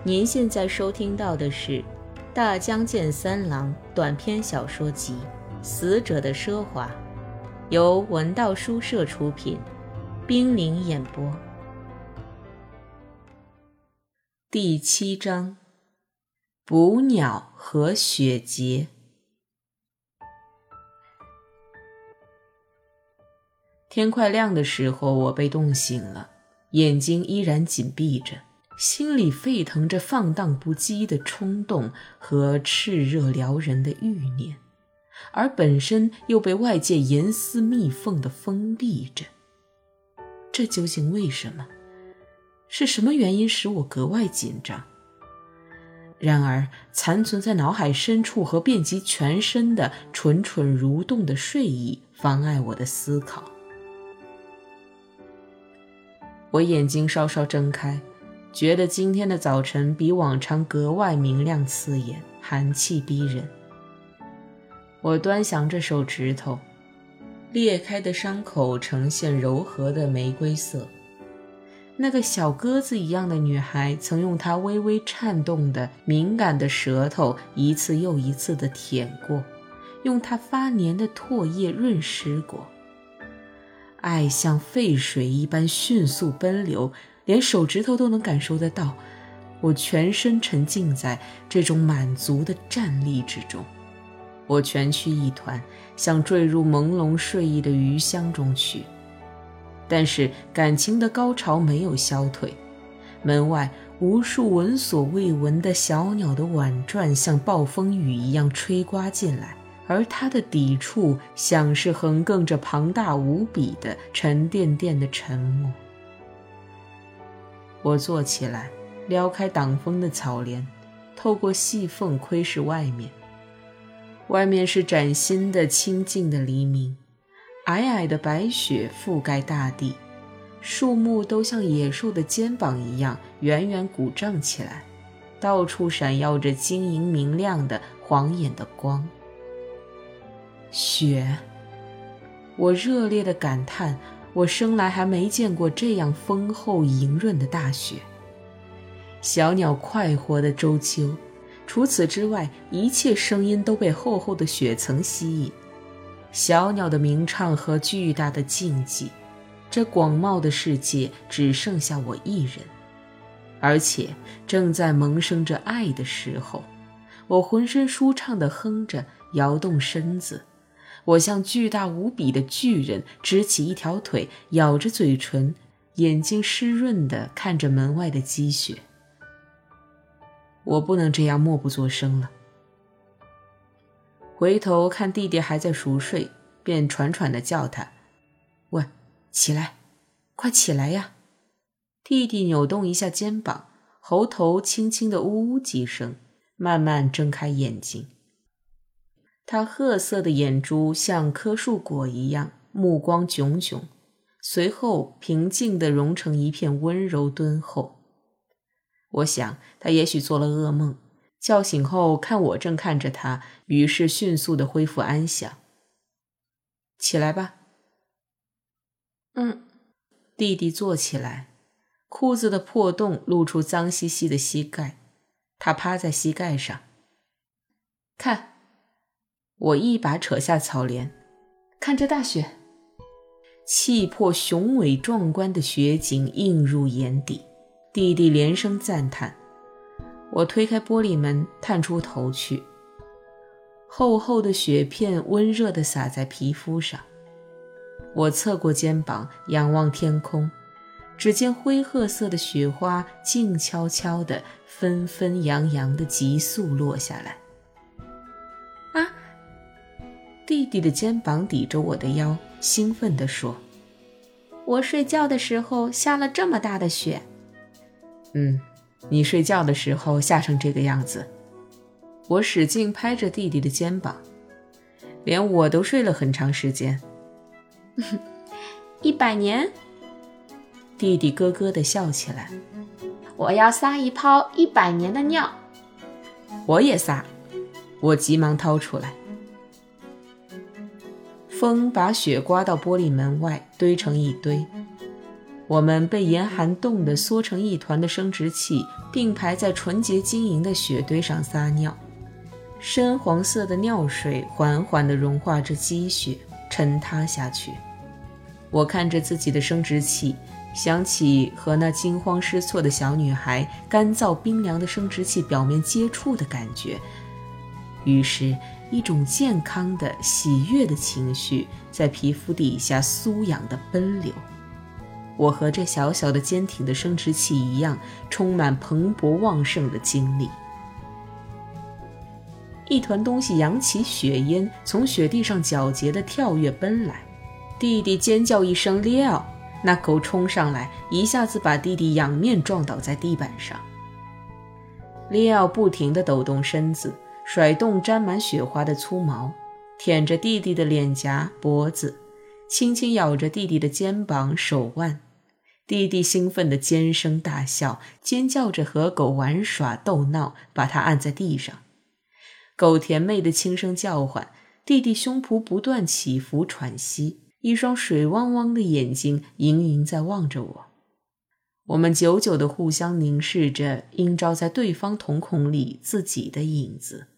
您现在收听到的是大江健三郎短篇小说集《死者的奢华》，由文道书社出品，冰凌演播。第7章，捕鸟和雪结。天快亮的时候，我被冻醒了，眼睛依然紧闭着，心里沸腾着放荡不羁的冲动和炽热撩人的欲念，而本身又被外界严丝密缝地封闭着。这究竟为什么？是什么原因使我格外紧张？然而残存在脑海深处和遍及全身的蠢蠢蠕动的睡意妨碍我的思考。我眼睛稍稍睁开，觉得今天的早晨比往常格外明亮刺眼，寒气逼人。我端详着手指头，裂开的伤口呈现柔和的玫瑰色。那个小鸽子一样的女孩曾用她微微颤动的敏感的舌头一次又一次地舔过，用她发黏的唾液润湿过。爱像沸水一般迅速奔流，连手指头都能感受得到。我全身沉浸在这种满足的战栗之中，我全躯一团，像坠入朦胧睡意的余香中去。但是感情的高潮没有消退，门外无数闻所未闻的小鸟的婉转像暴风雨一样吹刮进来，而它的抵触像是横亘着庞大无比的沉甸甸的沉默。我坐起来，撩开挡风的草帘，透过细缝窥视外面。外面是崭新的清静的黎明，皑皑的白雪覆盖大地，树木都像野兽的肩膀一样远远鼓胀起来，到处闪耀着晶莹明亮的晃眼的光。雪，我热烈地感叹，我生来还没见过这样丰厚莹润的大雪。小鸟快活的周秋，除此之外，一切声音都被厚厚的雪层吸引。小鸟的鸣唱和巨大的静寂，这广袤的世界只剩下我一人，而且正在萌生着爱的时候。我浑身舒畅地哼着，摇动身子，我像巨大无比的巨人，支起一条腿，咬着嘴唇，眼睛湿润地看着门外的积雪。我不能这样默不作声了。回头看弟弟还在熟睡，便喘喘地叫他：“喂，起来，快起来呀！”弟弟扭动一下肩膀，喉头轻轻地呜呜几声，慢慢睁开眼睛。他褐色的眼珠像棵树果一样，目光炯炯，随后平静地融成一片温柔敦厚。我想他也许做了噩梦，叫醒后看我正看着他，于是迅速地恢复安详。起来吧。弟弟坐起来，裤子的破洞露出脏兮兮的膝盖，他趴在膝盖上。看，我一把扯下草帘，看这大雪。气魄雄伟壮观的雪景映入眼底，弟弟连声赞叹。我推开玻璃门，探出头去，厚厚的雪片温热地洒在皮肤上。我侧过肩膀，仰望天空，只见灰褐色的雪花静悄悄地纷纷扬扬地急速落下来。啊！弟弟的肩膀抵着我的腰，兴奋地说：“我睡觉的时候下了这么大的雪。”你睡觉的时候下成这个样子。我使劲拍着弟弟的肩膀，连我都睡了很长时间。100年？弟弟咯咯地笑起来。我要撒一泡100年的尿。我也撒。我急忙掏出来。风把雪刮到玻璃门外，堆成一堆。 我们被严寒冻得缩成一团的生殖器并排在纯洁晶莹的雪堆上撒尿，深黄色的尿水缓缓地融化着积雪，沉塌下去。我看着自己的生殖器，想起和那惊慌失措的小女孩干燥冰凉的生殖器表面接触的感觉，于是一种健康的喜悦的情绪在皮肤底下酥痒地奔流。我和这小小的坚挺的生殖器一样，充满蓬勃旺盛的精力。一团东西扬起雪烟，从雪地上皎洁地跳跃奔来。弟弟尖叫一声“撩”，那狗冲上来，一下子把弟弟仰面撞倒在地板上。撩不停地抖动身子，甩动沾满雪花的粗毛，舔着弟弟的脸颊、脖子，轻轻咬着弟弟的肩膀、手腕。弟弟兴奋地尖声大笑，尖叫着和狗玩耍逗闹，把他按在地上。狗甜美的轻声叫唤，弟弟胸脯不断起伏喘息，一双水汪汪的眼睛盈盈在望着我。我们久久地互相凝视着映照在对方瞳孔里自己的影子。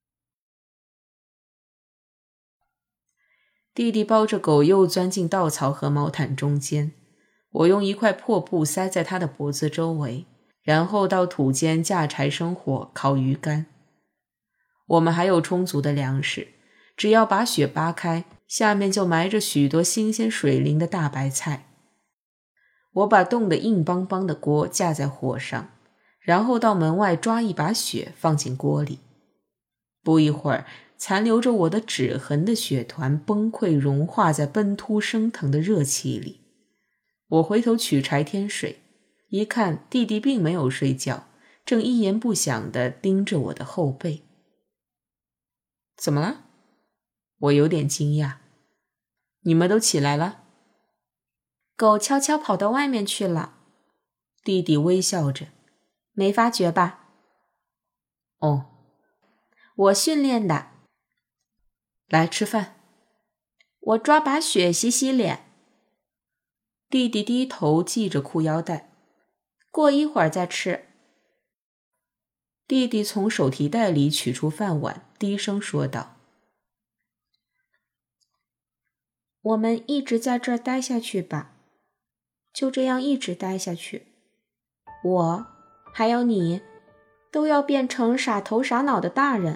弟弟抱着狗又钻进稻草和毛毯中间，我用一块破布塞在他的脖子周围，然后到土间架柴生火烤鱼干。我们还有充足的粮食，只要把雪扒开，下面就埋着许多新鲜水灵的大白菜。我把冻得硬邦邦的锅架在火上，然后到门外抓一把雪放进锅里。不一会儿，残留着我的指痕的雪团崩溃融化在奔突升腾的热气里。我回头取柴添水，一看弟弟并没有睡觉，正一言不响地盯着我的后背。怎么了？我有点惊讶。你们都起来了？ 狗悄悄跑到外面去了。 弟弟微笑着。 没发觉吧？ 哦， 我训练的。 来吃饭。 我抓把雪洗洗脸。 弟弟低头系着裤腰带。 过一会儿再吃。 弟弟从手提袋里取出饭碗，低声说道： 我们一直在这儿待下去吧，就这样一直待下去。我，还有你，都要变成傻头傻脑的大人。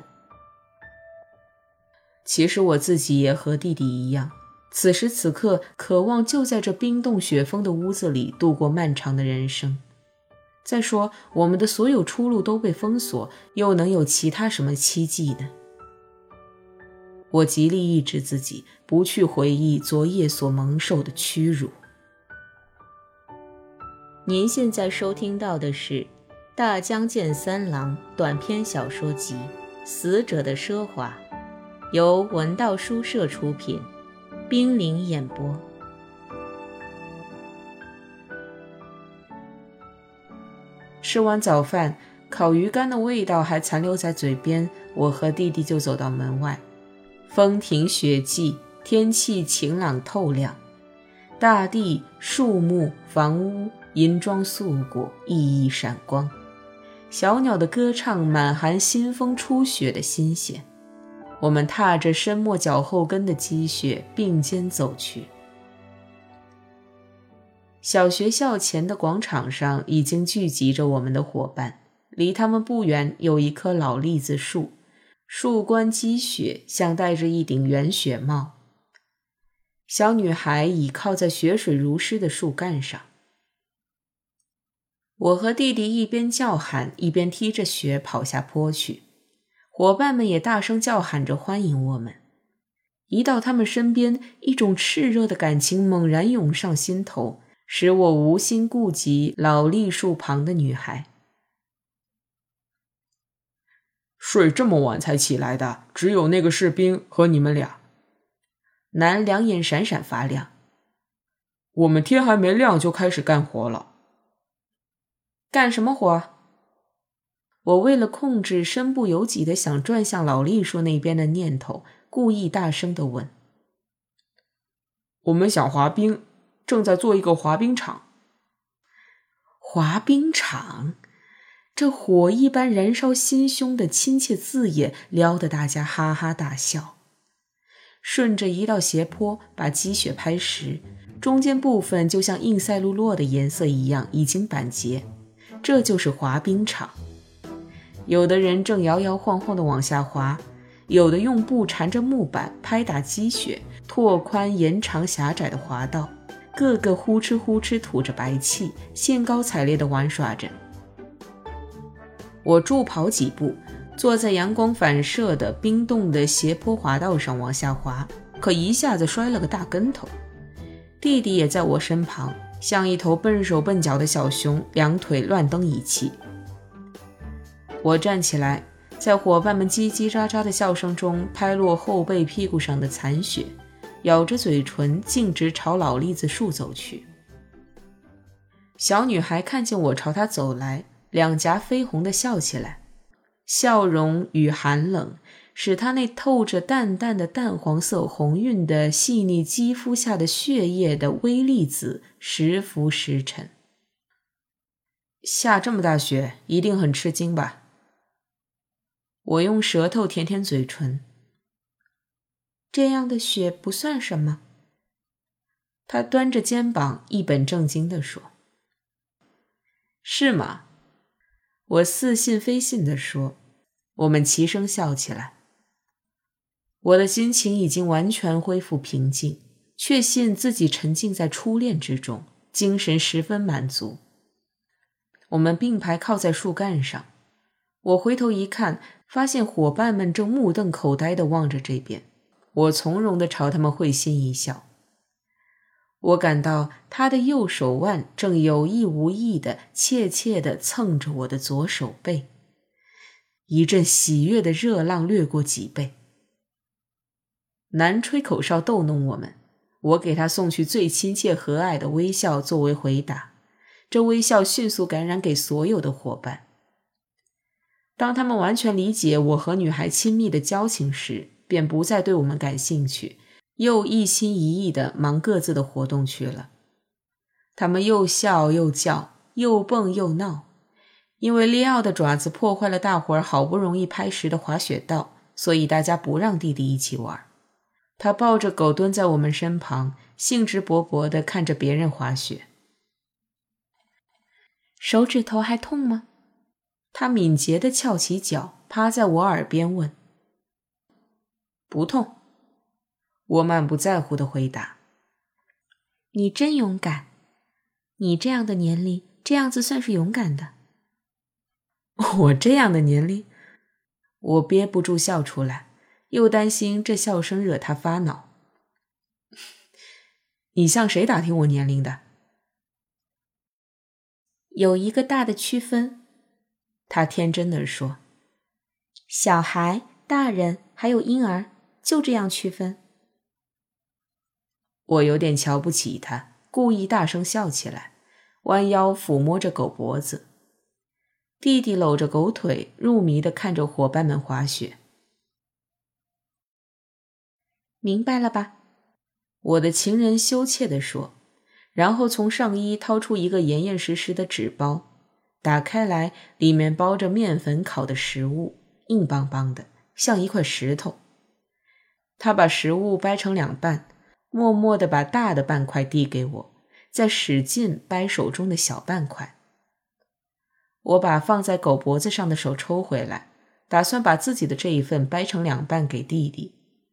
其实我自己也和弟弟一样，此时此刻渴望就在这冰冻雪封的屋子里度过漫长的人生。再说，我们的所有出路都被封锁，又能有其他什么奇迹呢？我极力抑制自己，不去回忆昨夜所蒙受的屈辱。您现在收听到的是大江健三郎短篇小说集《死者的奢华》，由文道书社出品，冰凌演播。吃完早饭，烤鱼干的味道还残留在嘴边，我和弟弟就走到门外。风停雪霁，天气晴朗透亮，大地、树木、房屋银装素裹，熠熠闪光。小鸟的歌唱满含新风初雪的新鲜。我们踏着深没脚后跟的积雪并肩走去。小学校前的广场上已经聚集着我们的伙伴，离他们不远有一棵老栗子树，树冠积雪，像戴着一顶圆雪帽。小女孩倚靠在雪水如湿的树干上。我和弟弟一边叫喊，一边踢着雪跑下坡去，伙伴们也大声叫喊着欢迎我们。一到他们身边，一种炽热的感情猛然涌上心头，使我无心顾及老栗树旁的女孩。睡这么晚才起来的，只有那个士兵和你们俩。男两眼闪闪发亮。我们天还没亮就开始干活了。干什么活？我为了控制身不由己的想转向老栗树那边的念头，故意大声地问。我们想滑冰，正在做一个滑冰场， 滑冰场，这火一般燃烧心胸的亲切字眼撩得大家哈哈大笑。顺着一道斜坡把积雪拍实，中间部分就像硬赛璐珞的颜色一样已经板结，这就是滑冰场。有的人正摇摇晃晃地往下滑，有的用布缠着木板拍打积雪，拓宽延长狭窄的滑道，个个呼哧呼哧吐着白气，兴高采烈地玩耍着。我助跑几步，坐在阳光反射的冰冻的斜坡滑道上往下滑，可一下子摔了个大跟头。弟弟也在我身旁，像一头笨手笨脚的小熊，两腿乱蹬一气。我站起来，在伙伴们叽叽喳喳的笑声中拍落后背屁股上的残雪，咬着嘴唇径直朝老栗子树走去。小女孩看见我朝她走来，两颊绯红地笑起来，笑容与寒冷使她那透着淡淡的淡黄色红晕的细腻肌肤下的血液的微粒子时浮时沉。下这么大雪，一定很吃惊吧？我用舌头舔舔嘴唇。 这样的雪不算什么。 他端着肩膀一本正经地说。是吗？我似信非信地说。我们齐声笑起来。我的心情已经完全恢复平静，确信自己沉浸在初恋之中，精神十分满足。我们并排靠在树干上，我回头一看，发现伙伴们正目瞪口呆地望着这边。我从容地朝他们会心一笑。我感到他的右手腕正有意无意地怯怯地蹭着我的左手背，一阵喜悦的热浪掠过脊背。男吹口哨逗弄我们，我给他送去最亲切和蔼的微笑作为回答，这微笑迅速感染给所有的伙伴。当他们完全理解我和女孩亲密的交情时，便不再对我们感兴趣，又一心一意地忙各自的活动去了。他们又笑又叫，又蹦又闹。因为利奥的爪子破坏了大伙儿好不容易拍实的滑雪道，所以大家不让弟弟一起玩。他抱着狗蹲在我们身旁，兴致勃勃地看着别人滑雪。 手指头还痛吗？ 他敏捷地翘起脚，趴在我耳边问。不痛，我满不在乎地回答。 你真勇敢，你这样的年龄，这样子算是勇敢的。 我这样的年龄？我憋不住笑出来，又担心这笑声惹他发恼。你向谁打听我年龄的？ 有一个大的区分， 他天真地说。 小孩、大人还有婴儿，就这样区分。 我有点瞧不起他，故意大声笑起来，弯腰抚摸着狗脖子。弟弟搂着狗腿，入迷地看着伙伴们滑雪。 明白了吧？ 我的情人羞怯地说，然后从上衣掏出一个严严实实的纸包，打开来，里面包着面粉烤的食物，硬邦邦的，像一块石头。他把食物掰成两半，默默地把大的半块递给我，再使劲掰手中的小半块。我把放在狗脖子上的手抽回来，打算把自己的这一份掰成两半给弟弟。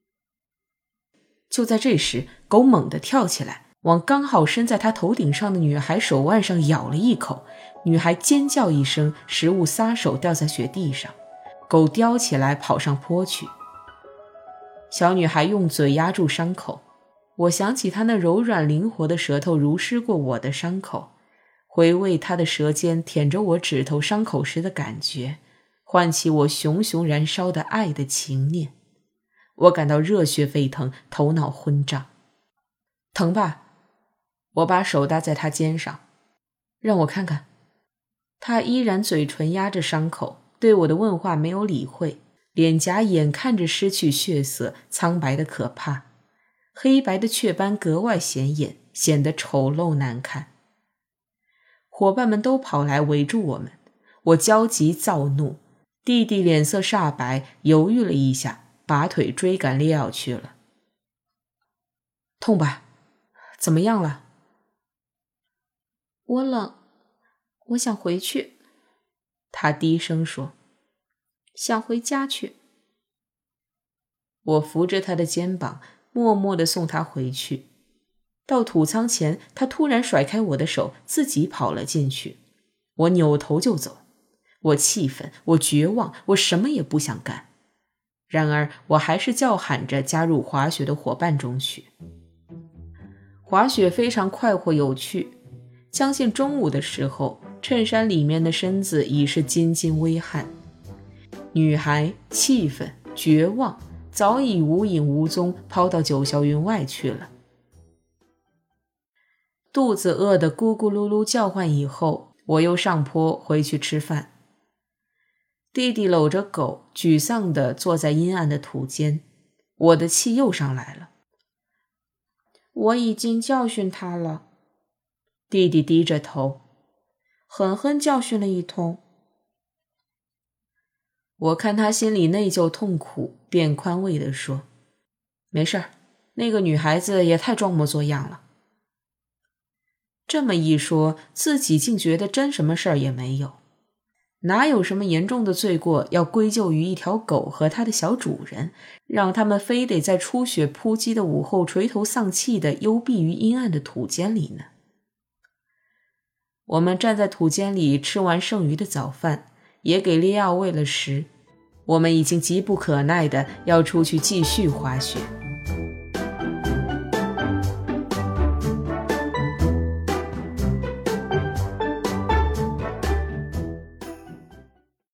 就在这时，狗猛地跳起来，往刚好伸在他头顶上的女孩手腕上咬了一口，女孩尖叫一声，食物撒手掉在雪地上，狗叼起来跑上坡去。小女孩用嘴压住伤口，我想起她那柔软灵活的舌头濡湿过我的伤口，回味她的舌尖舔着我指头伤口时的感觉，唤起我熊熊燃烧的爱的情念。我感到热血沸腾，头脑昏胀。疼吧？我把手搭在他肩上，让我看看。他依然嘴唇压着伤口，对我的问话没有理会，脸颊眼看着失去血色，苍白的可怕，黑白的雀斑格外显眼，显得丑陋难看。 伙伴们都跑来围住我们，我焦急躁怒，弟弟脸色煞白，犹豫了一下，拔腿追赶列奥去了。痛吧？怎么样了？ 我冷，我想回去。 他低声说。 想回家去。 我扶着他的肩膀，默默地送他回去。到土仓前，他突然甩开我的手，自己跑了进去。我扭头就走。我气愤，我绝望，我什么也不想干。然而我还是叫喊着加入滑雪的伙伴中去。滑雪非常快活有趣，将近中午的时候，衬衫里面的身子已是津津微汗。女孩气愤绝望早已无影无踪，抛到九霄云外去了。肚子饿得咕咕噜噜叫唤以后，我又上坡回去吃饭。弟弟搂着狗，沮丧地坐在阴暗的土间，我的气又上来了。 我已经教训他了。 弟弟低着头， 狠狠教训了一通。 我看他心里内疚痛苦，便宽慰地说：没事儿，那个女孩子也太装模作样了。这么一说，自己竟觉得真什么事儿也没有。哪有什么严重的罪过要归咎于一条狗和它的小主人，让他们非得在初雪扑击的午后垂头丧气地幽闭于阴暗的土间里呢？我们站在土间里吃完剩余的早饭，也给利奥喂了食。我们已经急不可耐地要出去继续滑雪。